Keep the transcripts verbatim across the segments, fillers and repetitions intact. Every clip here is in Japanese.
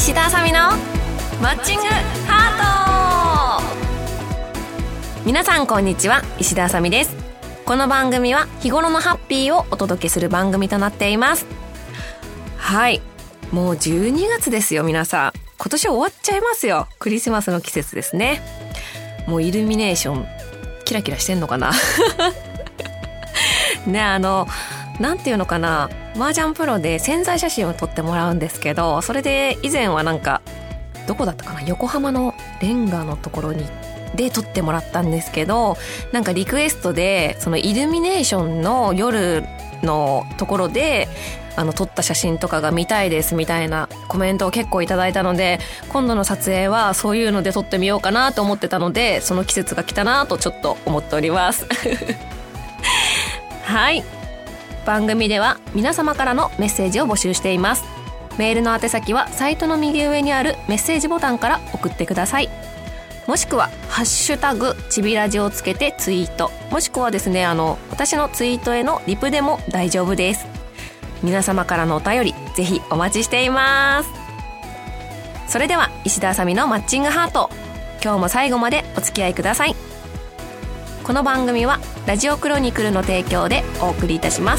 石田あさみのマッチングハート。皆さんこんにちは、石田あさみです。この番組は日頃のハッピーをお届けする番組となっています。はい、もうじゅうにがつですよ。皆さん今年終わっちゃいますよ。クリスマスの季節ですね。もうイルミネーションキラキラしてんのかなね、あのなんていうのかな、麻雀プロで宣材写真を撮ってもらうんですけど、それで以前はなんかどこだったかな、横浜のレンガのところにで撮ってもらったんですけど、なんかリクエストでそのイルミネーションの夜のところであの撮った写真とかが見たいですみたいなコメントを結構いただいたので、今度の撮影はそういうので撮ってみようかなと思ってたので、その季節が来たなとちょっと思っておりますはい、番組では皆様からのメッセージを募集しています。メールの宛先はサイトの右上にあるメッセージボタンから送ってください。もしくはハッシュタグちびラジをつけてツイート、もしくはですね、あの私のツイートへのリプでも大丈夫です。皆様からのお便りぜひお待ちしています。それでは石田あさみのマッチングハート、今日も最後までお付き合いください。この番組はラジオクロニクルの提供でお送りいたします。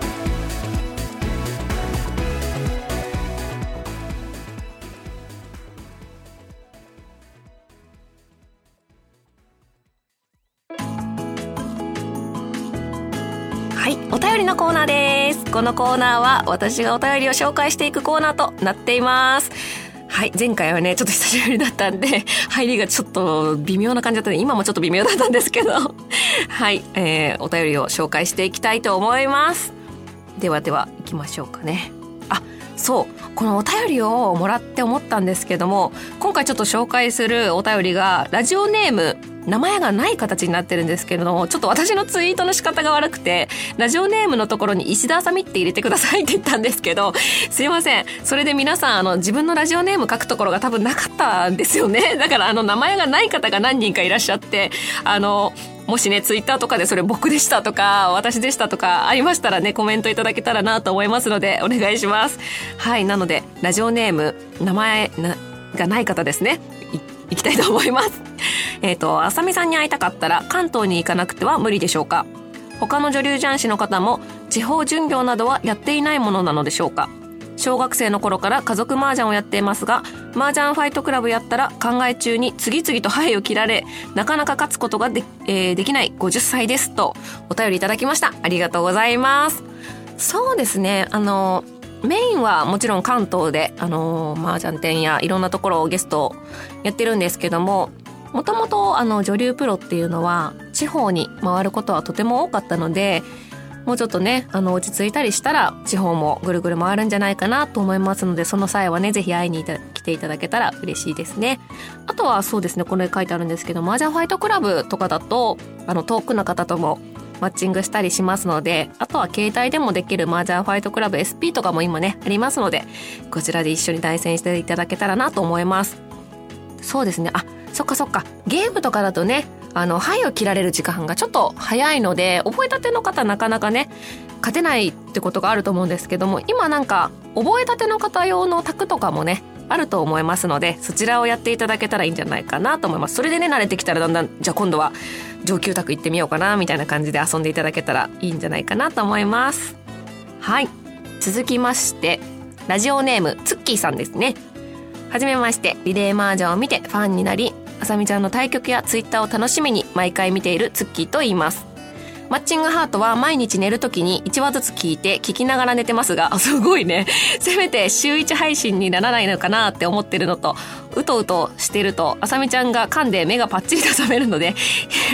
はい、お便りのコーナーです。このコーナーは私がお便りを紹介していくコーナーとなっています。はい、前回はねちょっと久しぶりだったんで入りがちょっと微妙な感じだったので、今もちょっと微妙だったんですけどはい、えー、お便りを紹介していきたいと思います。ではでは行きましょうかね。あ、そうこのお便りをもらって思ったんですけども、今回ちょっと紹介するお便りがラジオネーム名前がない形になってるんですけれども、ちょっと私のツイートの仕方が悪くてラジオネームのところに石田あさみって入れてくださいって言ったんですけど、すいません、それで皆さんあの自分のラジオネーム書くところが多分なかったんですよね。だからあの名前がない方が何人かいらっしゃって、あのもしねツイッターとかでそれ僕でしたとか私でしたとかありましたらね、コメントいただけたらなと思いますのでお願いします。はい、なのでラジオネーム名前ながない方ですね、い, いきたいと思います。えっと、あさみさんに会いたかったら関東に行かなくては無理でしょうか。他の女流雀士の方も地方巡業などはやっていないものなのでしょうか。小学生の頃から家族麻雀をやっていますが、麻雀ファイトクラブやったら考え中に次々と牌を切られ、なかなか勝つことが で,、えー、できないごじゅっさいですとお便りいただきました。ありがとうございます。そうですね、あのメインはもちろん関東であの麻雀店やいろんなところをゲストやってるんですけども、もともとあの女流プロっていうのは地方に回ることはとても多かったので、もうちょっとねあの落ち着いたりしたら地方もぐるぐる回るんじゃないかなと思いますので、その際はねぜひ会いに来ていただけたら嬉しいですね。あとはそうですね、これ書いてあるんですけど、麻雀ファイトクラブとかだとあの遠くの方ともマッチングしたりしますので、あとは携帯でもできる麻雀ファイトクラブ エスピー とかも今ねありますので、こちらで一緒に対戦していただけたらなと思います。そうですね、あ、そっかそっか、ゲームとかだとねあの牌を切られる時間がちょっと早いので、覚えたての方なかなかね勝てないってことがあると思うんですけども、今なんか覚えたての方用の卓とかもねあると思いますので、そちらをやっていただけたらいいんじゃないかなと思います。それでね慣れてきたらだんだん、じゃあ今度は上級卓行ってみようかなみたいな感じで遊んでいただけたらいいんじゃないかなと思います。はい、続きましてラジオネームツッキーさんですね。はじめまして、リレー麻雀を見てファンになり、あさみちゃんの対局やツイッターを楽しみに毎回見ているツッキーと言います。マッチングハートは毎日寝るときにいちわずつ聞いて聞きながら寝てますが、すごいね、せめて週いち配信にならないのかなって思ってるのと、うとうとしてるとあさみちゃんが噛んで目がパッチリと覚めるので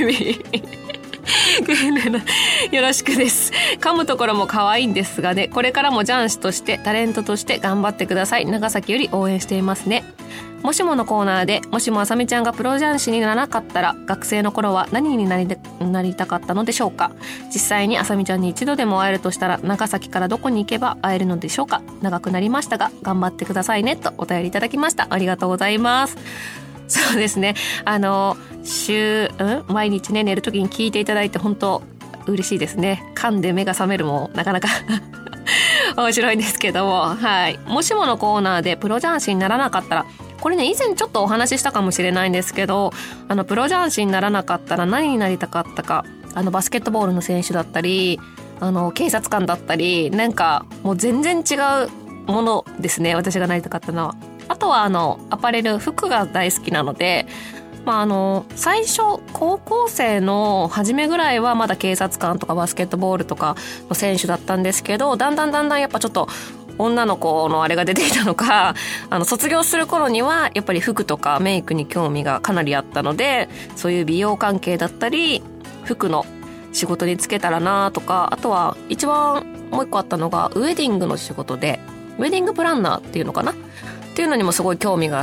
よろしくです。噛むところも可愛いんですがね、これからも雀士としてタレントとして頑張ってください。長崎より応援していますね。もしものコーナーで、もしもあさみちゃんがプロ雀士にならなかったら学生の頃は何になりでなりたかったのでしょうか。実際にあさみちゃんに一度でも会えるとしたら長崎からどこに行けば会えるのでしょうか。長くなりましたが頑張ってくださいねとお便りいただきました。ありがとうございます。そうですね、あの週、うん、毎日ね寝るときに聞いていただいて本当嬉しいですね。噛んで目が覚めるもなかなか面白いんですけども、はい。もしものコーナーでプロ雀士にならなかったら、これね以前ちょっとお話ししたかもしれないんですけど、あのプロ雀士にならなかったら何になりたかったか、あのバスケットボールの選手だったり、あの警察官だったり、なんかもう全然違うものですね、私がなりたかったのは。あとはあのアパレル、服が大好きなので、まあ、あの最初高校生の初めぐらいはまだ警察官とかバスケットボールとかの選手だったんですけど、だんだんだんだんやっぱちょっと女の子のあれが出てきたのか、あの卒業する頃にはやっぱり服とかメイクに興味がかなりあったので、そういう美容関係だったり服の仕事に就けたらなとか、あとは一番もう一個あったのがウェディングの仕事で、ウェディングプランナーっていうのかなっていうのにもすごい興味があって、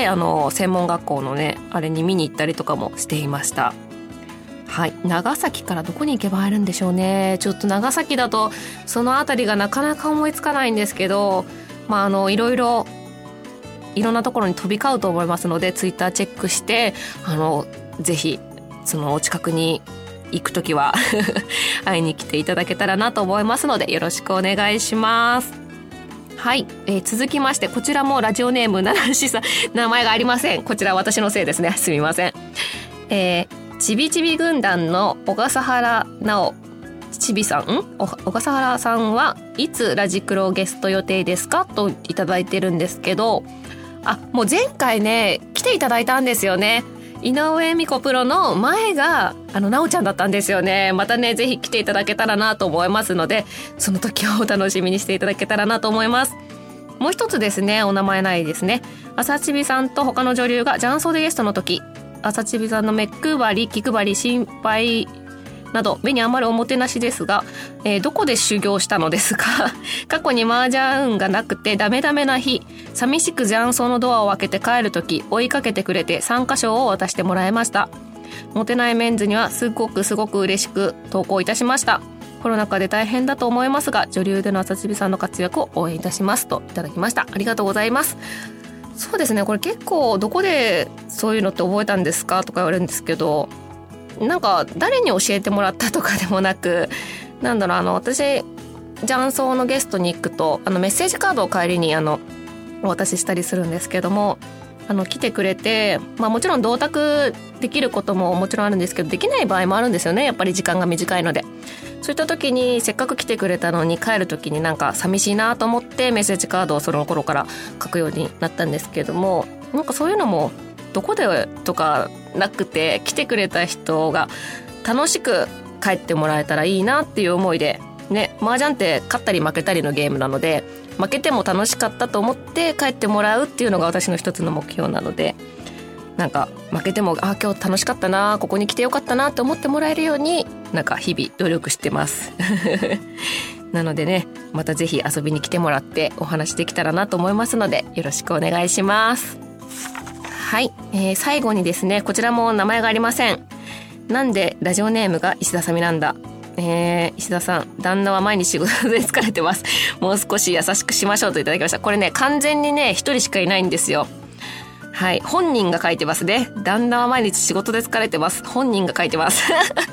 あの専門学校のねあれに見に行ったりとかもしていました。はい、長崎からどこに行けば会えるんでしょうね。ちょっと長崎だとそのあたりがなかなか思いつかないんですけど、まああのいろいろいろんなところに飛び交うと思いますので、ツイッターチェックして、あのぜひそのお近くに行くときは会いに来ていただけたらなと思いますので、よろしくお願いします。はい、えー、続きまして、こちらもラジオネームななしさん、名前がありません。こちら私のせいですね、すみません。えーちびちび軍団の小笠原直ちびさん、ん小笠原さんはいつラジクロゲスト予定ですかといただいてるんですけど、あ、もう前回ね来ていただいたんですよね。井上美子プロの前があの直ちゃんだったんですよね。またねぜひ来ていただけたらなと思いますので、その時をお楽しみにしていただけたらなと思います。もう一つですね、お名前ないですね。朝ちびさんと他の女流が雀荘でゲストの時、朝ちびさんの目配り、気配り、心配など目に余るおもてなしですが、えー、どこで修行したのですか過去に麻雀運がなくてダメダメな日、寂しく雀荘のドアを開けて帰るとき追いかけてくれて参加賞を渡してもらいました。モテないメンズにはすごくすごく嬉しく投稿いたしました。コロナ禍で大変だと思いますが、女流での朝ちびさんの活躍を応援いたしますといただきました。ありがとうございます。そうですね、これ結構どこでそういうのって覚えたんですかとか言われるんですけど、なんか誰に教えてもらったとかでもなく、なんだろう、あの私雀荘のゲストに行くとあのメッセージカードを帰りにあのお渡ししたりするんですけども、あの来てくれて、まあ、もちろん同卓できることももちろんあるんですけど、できない場合もあるんですよね。やっぱり時間が短いので、そういった時にせっかく来てくれたのに帰る時になんか寂しいなと思ってメッセージカードをその頃から書くようになったんですけども、なんかそういうのもどこでとかなくて、来てくれた人が楽しく帰ってもらえたらいいなっていう思いでね、麻雀って勝ったり負けたりのゲームなので、負けても楽しかったと思って帰ってもらうっていうのが私の一つの目標なので、なんか負けてもあ今日楽しかったな、ここに来てよかったなと思ってもらえるようになんか日々努力してますなのでね、またぜひ遊びに来てもらってお話できたらなと思いますので、よろしくお願いします。はい、えー、最後にですね、こちらも名前がありません。なんでラジオネームが石田さみなんだ。えー、石田さん、旦那は毎日仕事で疲れてます。もう少し優しくしましょうといただきました。これね、完全にね一人しかいないんですよ。はい、本人が書いてますね。旦那は毎日仕事で疲れてます。本人が書いてます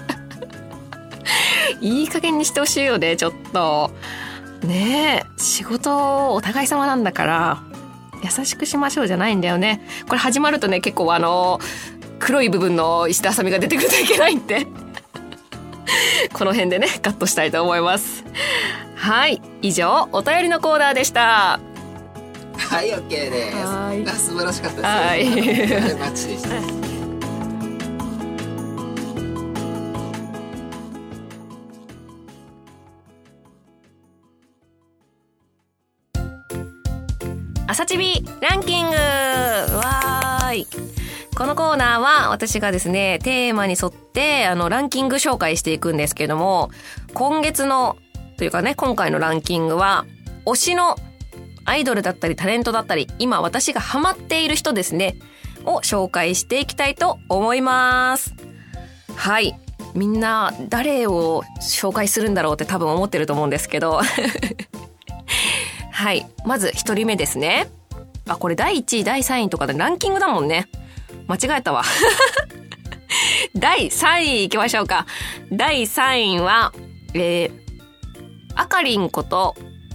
いい加減にしてほしいよね、ちょっとねえ。仕事お互い様なんだから優しくしましょうじゃないんだよね。これ始まるとね、結構あの黒い部分の石田あさみが出てくるといけないんでこの辺でねカットしたいと思います。はい、以上お便りのコーナーでした。 はい、 OK です。はい、素晴らしかったです。 はい、 マッチでした。 朝チビランキング。わーい。このコーナーは私がですね、テーマに沿ってあのランキング紹介していくんですけども、今月のというかね、今回のランキングは推しのアイドルだったりタレントだったり、今私がハマっている人ですねを紹介していきたいと思います。はい、みんな誰を紹介するんだろうって多分思ってると思うんですけどはい、まずひとりめですね。あ、これだいいちいだいさんいとかでランキングだもんね。間違えたわだいさんいいきましょうか。だいさんいは、えー、あかりんこと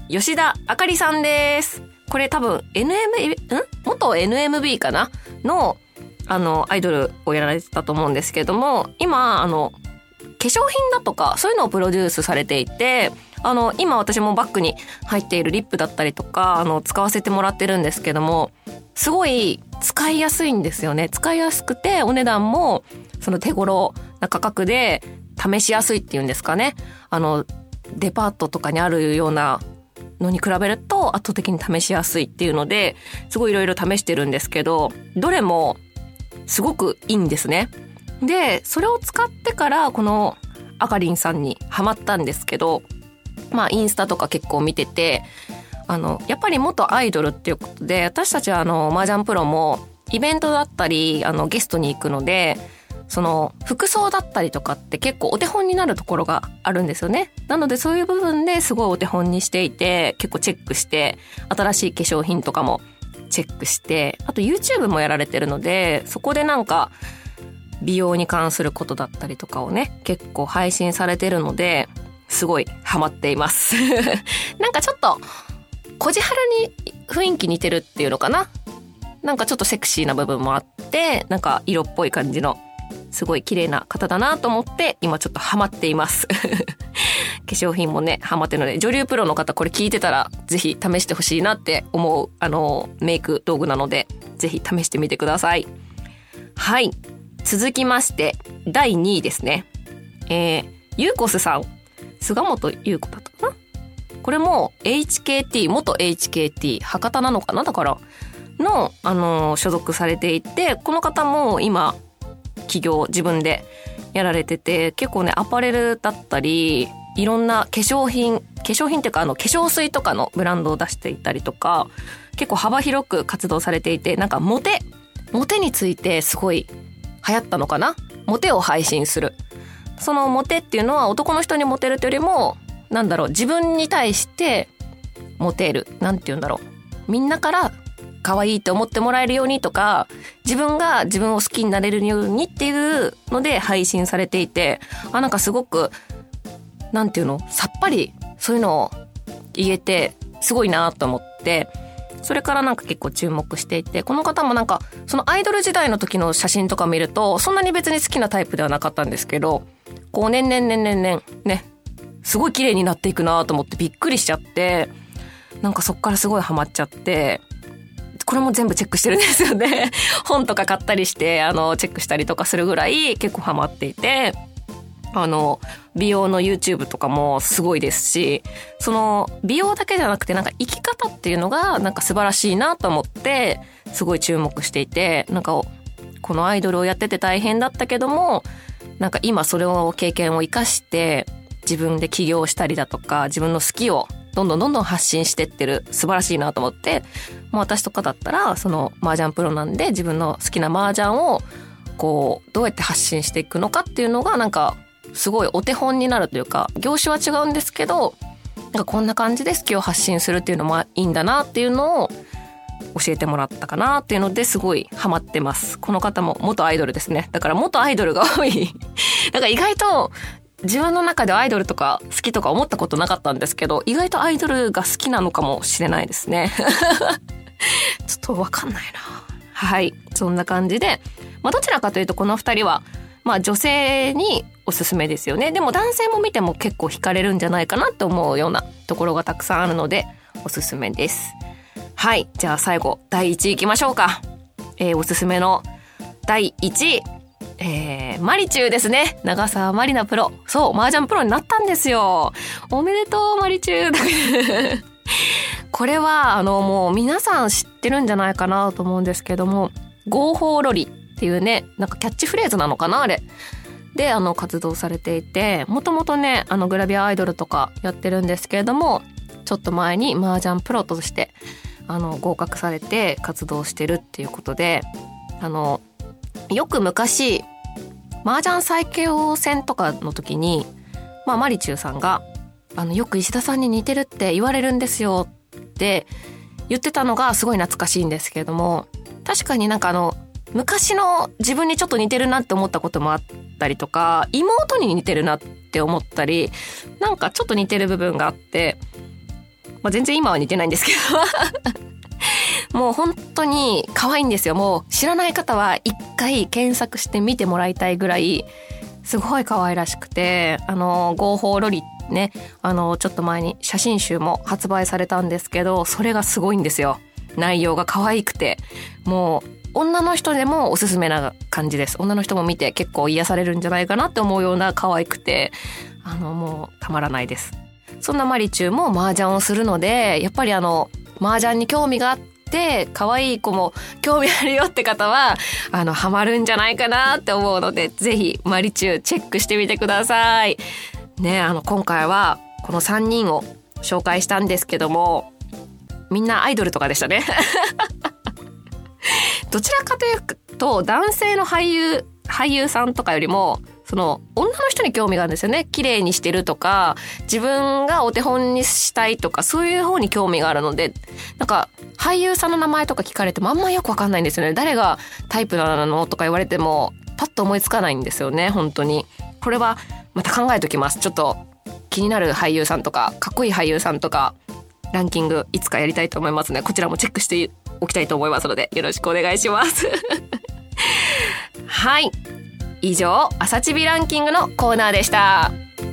吉田あかりさんです。これ多分 エヌエム、ん元 エヌエムビー かなの、あの、アイドルをやられてたと思うんですけども、今、あの、化粧品だとか、そういうのをプロデュースされていて、あの、今私もバッグに入っているリップだったりとか、あの、使わせてもらってるんですけども、すごい使いやすいんですよね。使いやすくて、お値段も、その手頃な価格で試しやすいっていうんですかね。あの、デパートとかにあるようなのに比べると圧倒的に試しやすいっていうので、すごいいろいろ試してるんですけど、どれもすごくいいんですね。で、それを使ってからこのあかりんさんにハマったんですけど、まあインスタとか結構見てて、あの、やっぱり元アイドルっていうことで、私たちはあの、麻雀プロもイベントだったり、あの、ゲストに行くので、その服装だったりとかって結構お手本になるところがあるんですよね。なのでそういう部分ですごいお手本にしていて、結構チェックして、新しい化粧品とかもチェックして、あと YouTube もやられてるので、そこでなんか美容に関することだったりとかをね、結構配信されてるので、すごいハマっています。なんかちょっとこじはるに雰囲気似てるっていうのかな。なんかちょっとセクシーな部分もあって、なんか色っぽい感じのすごい綺麗な方だなと思って今ちょっとハマっています。化粧品もねハマってるので、女流プロの方これ聞いてたらぜひ試してほしいなって思うあのメイク道具なので、ぜひ試してみてください。はい、続きましてだいにいですね。えー、ゆうこすさん、菅本優子だったかな。これも エイチケーティー 元 エイチケーティー 博多なのかな、だからの、あのー、所属されていて、この方も今起業自分でやられてて、結構ねアパレルだったりいろんな化粧品化粧品っていうかあの化粧水とかのブランドを出していたりとか、結構幅広く活動されていて、なんかモテモテについてすごい流行ったのかな。モテを配信する。そのモテっていうのは男の人にモテるというよりも、なんだろう、自分に対してモテる、なんていうんだろう、みんなから可愛いって思ってもらえるようにとか、自分が自分を好きになれるようにっていうので配信されていて、あ、なんかすごくなんていうの、さっぱりそういうのを言えてすごいなと思って、それからなんか結構注目していて、この方もなんかそのアイドル時代の時の写真とか見るとそんなに別に好きなタイプではなかったんですけど、こう年々年々年々ね、すごい綺麗になっていくなと思ってびっくりしちゃって、なんかそっからすごいハマっちゃって、これも全部チェックしてるんですよね。本とか買ったりしてあのチェックしたりとかするぐらい結構ハマっていて、あの美容の YouTube とかもすごいですし、その美容だけじゃなくてなんか生き方っていうのがなんか素晴らしいなと思ってすごい注目していて、なんかこのアイドルをやってて大変だったけども、なんか今それを経験を生かして自分で起業したりだとか、自分の好きをどんどんどんどん発信してってる、素晴らしいなと思って、もう私とかだったらその麻雀プロなんで自分の好きな麻雀をこうどうやって発信していくのかっていうのがなんかすごいお手本になるというか、業種は違うんですけど、なんかこんな感じで好きを発信するっていうのもいいんだなっていうのを教えてもらったかなっていうのですごいハマってます。この方も元アイドルですね。だから元アイドルが多い。だから意外と自分の中でアイドルとか好きとか思ったことなかったんですけど、意外とアイドルが好きなのかもしれないですね。ちょっとわかんないな。はい、そんな感じで、まあどちらかというとこの二人はまあ女性におすすめですよね。でも男性も見ても結構惹かれるんじゃないかなと思うようなところがたくさんあるのでおすすめです。はい、じゃあ最後だいいちいいきましょうか。えー、おすすめのだいいちい、えー、マリチューですね。長澤まりなプロ。そう、麻雀プロになったんですよ。おめでとうマリチュー。これはあのもう皆さん知ってるんじゃないかなと思うんですけども、合法ロリっていうね、なんかキャッチフレーズなのかなあれであの活動されていて、もともとねあのグラビアアイドルとかやってるんですけれども、ちょっと前に麻雀プロとしてあの合格されて活動してるっていうことで、あのよく昔麻雀最強戦とかの時に、まあ、マリチューさんがあのよく石田さんに似てるって言われるんですよって言ってたのがすごい懐かしいんですけれども、確かになんかあの昔の自分にちょっと似てるなって思ったこともあったりとか、妹に似てるなって思ったり、なんかちょっと似てる部分があって、 まあ、全然今は似てないんですけどもう本当に可愛いんですよ。もう知らない方は一回検索して見てもらいたいぐらいすごい可愛らしくて、あの合法ロリね、あのちょっと前に写真集も発売されたんですけど、それがすごいんですよ。内容が可愛くて、もう女の人でもおすすめな感じです。女の人も見て結構癒されるんじゃないかなって思うような可愛くて、あのもうたまらないです。そんなマリチューも麻雀をするので、やっぱりあの麻雀に興味があって可愛い子も興味あるよって方はあのハマるんじゃないかなって思うので、ぜひマリチューチェックしてみてくださいね。あの今回はこのさんにんを紹介したんですけども、みんなアイドルとかでしたねどちらかというと男性の俳優俳優さんとかよりもその女の人に興味があるんですよね。綺麗にしてるとか自分がお手本にしたいとか、そういう方に興味があるので、なんか俳優さんの名前とか聞かれてもあんまよくわかんないんですよね。誰がタイプなのとか言われてもパッと思いつかないんですよね。本当にこれはまた考えときます。ちょっと気になる俳優さんとかかっこいい俳優さんとかランキングいつかやりたいと思いますね。こちらもチェックしておきたいと思いますのでよろしくお願いしますはい、以上朝チビランキングのコーナーでした。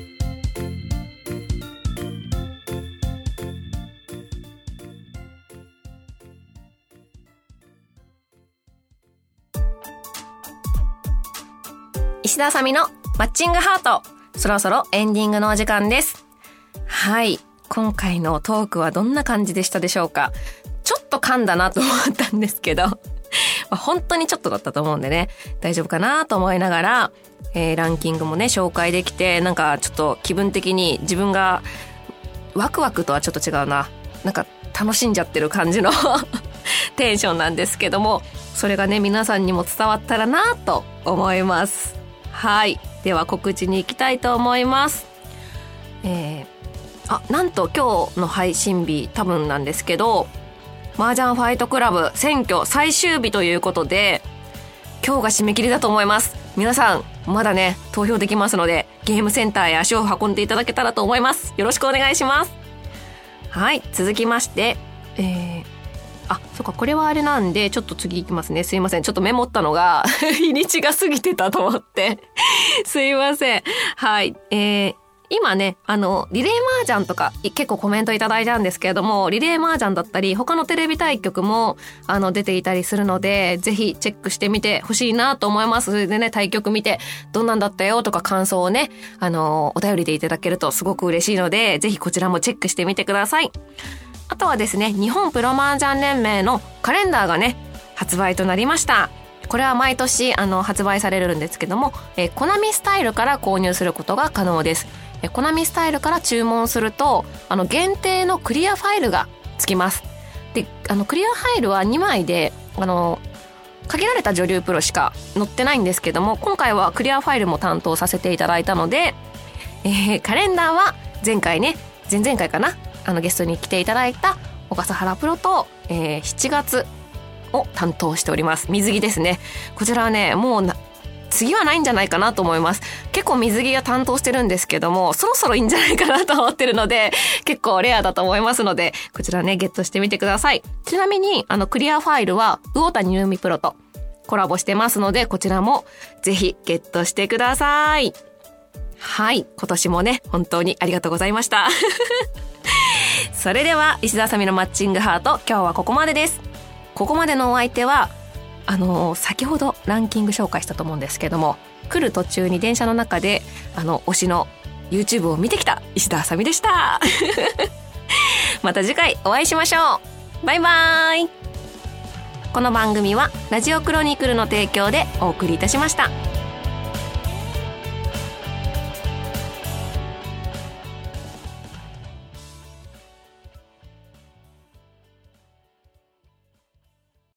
石田あさみのマッチングハート、そろそろエンディングのお時間です。はい、今回のトークはどんな感じでしたでしょうか。ちょっと噛んだなと思ったんですけど本当にちょっとだったと思うんでね、大丈夫かなと思いながら、えー、ランキングもね紹介できて、なんかちょっと気分的に自分がワクワクとはちょっと違うな、なんか楽しんじゃってる感じのテンションなんですけども、それがね皆さんにも伝わったらなと思います。はい、では告知に行きたいと思います。えー、あ、なんと今日の配信日多分なんですけど、麻雀ファイトクラブ選挙最終日ということで、今日が締め切りだと思います。皆さんまだね投票できますので、ゲームセンターへ足を運んでいただけたらと思います。よろしくお願いします。はい、続きまして、えー、あ、そっか、これはあれなんでちょっと次いきますね。すいません、ちょっとメモったのが日にちが過ぎてたと思ってすいません。はい、えー今ね、あの、リレー麻雀とか結構コメントいただいたんですけれども、リレー麻雀だったり、他のテレビ対局も、あの、出ていたりするので、ぜひチェックしてみてほしいなと思います。それでね、対局見て、どんなんだったよとか感想をね、あの、お便りでいただけるとすごく嬉しいので、ぜひこちらもチェックしてみてください。あとはですね、日本プロ麻雀連盟のカレンダーがね、発売となりました。これは毎年、あの、発売されるんですけども、えー、コナミスタイルから購入することが可能です。コナミスタイルから注文すると、あの限定のクリアファイルがつきます。で、あのクリアファイルはにまいで、あの限られた女流プロしか載ってないんですけども、今回はクリアファイルも担当させていただいたので、えー、カレンダーは前回ね、前々回かな、あのゲストに来ていただいた小笠原プロと、えー、しちがつを担当しております。水着ですね。こちらはね、もうな次はないんじゃないかなと思います。結構水着が担当してるんですけども、そろそろいいんじゃないかなと思ってるので、結構レアだと思いますので、こちらねゲットしてみてください。ちなみにあのクリアファイルは魚谷ゆうみプロとコラボしてますので、こちらもぜひゲットしてください。はい、今年もね本当にありがとうございましたそれでは石田あさみのマッチングハート、今日はここまでです。ここまでのお相手はあのー、先ほどランキング紹介したと思うんですけども、来る途中に電車の中であの推しの YouTube を見てきた石田あさみでしたまた次回お会いしましょう。バイバイ。この番組はラジオクロニクルの提供でお送りいたしました。